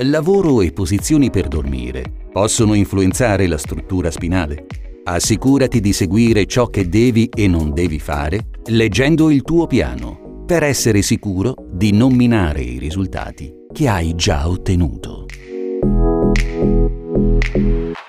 Lavoro e posizioni per dormire possono influenzare la struttura spinale? Assicurati di seguire ciò che devi e non devi fare leggendo il tuo piano per essere sicuro di non minare i risultati che hai già ottenuto.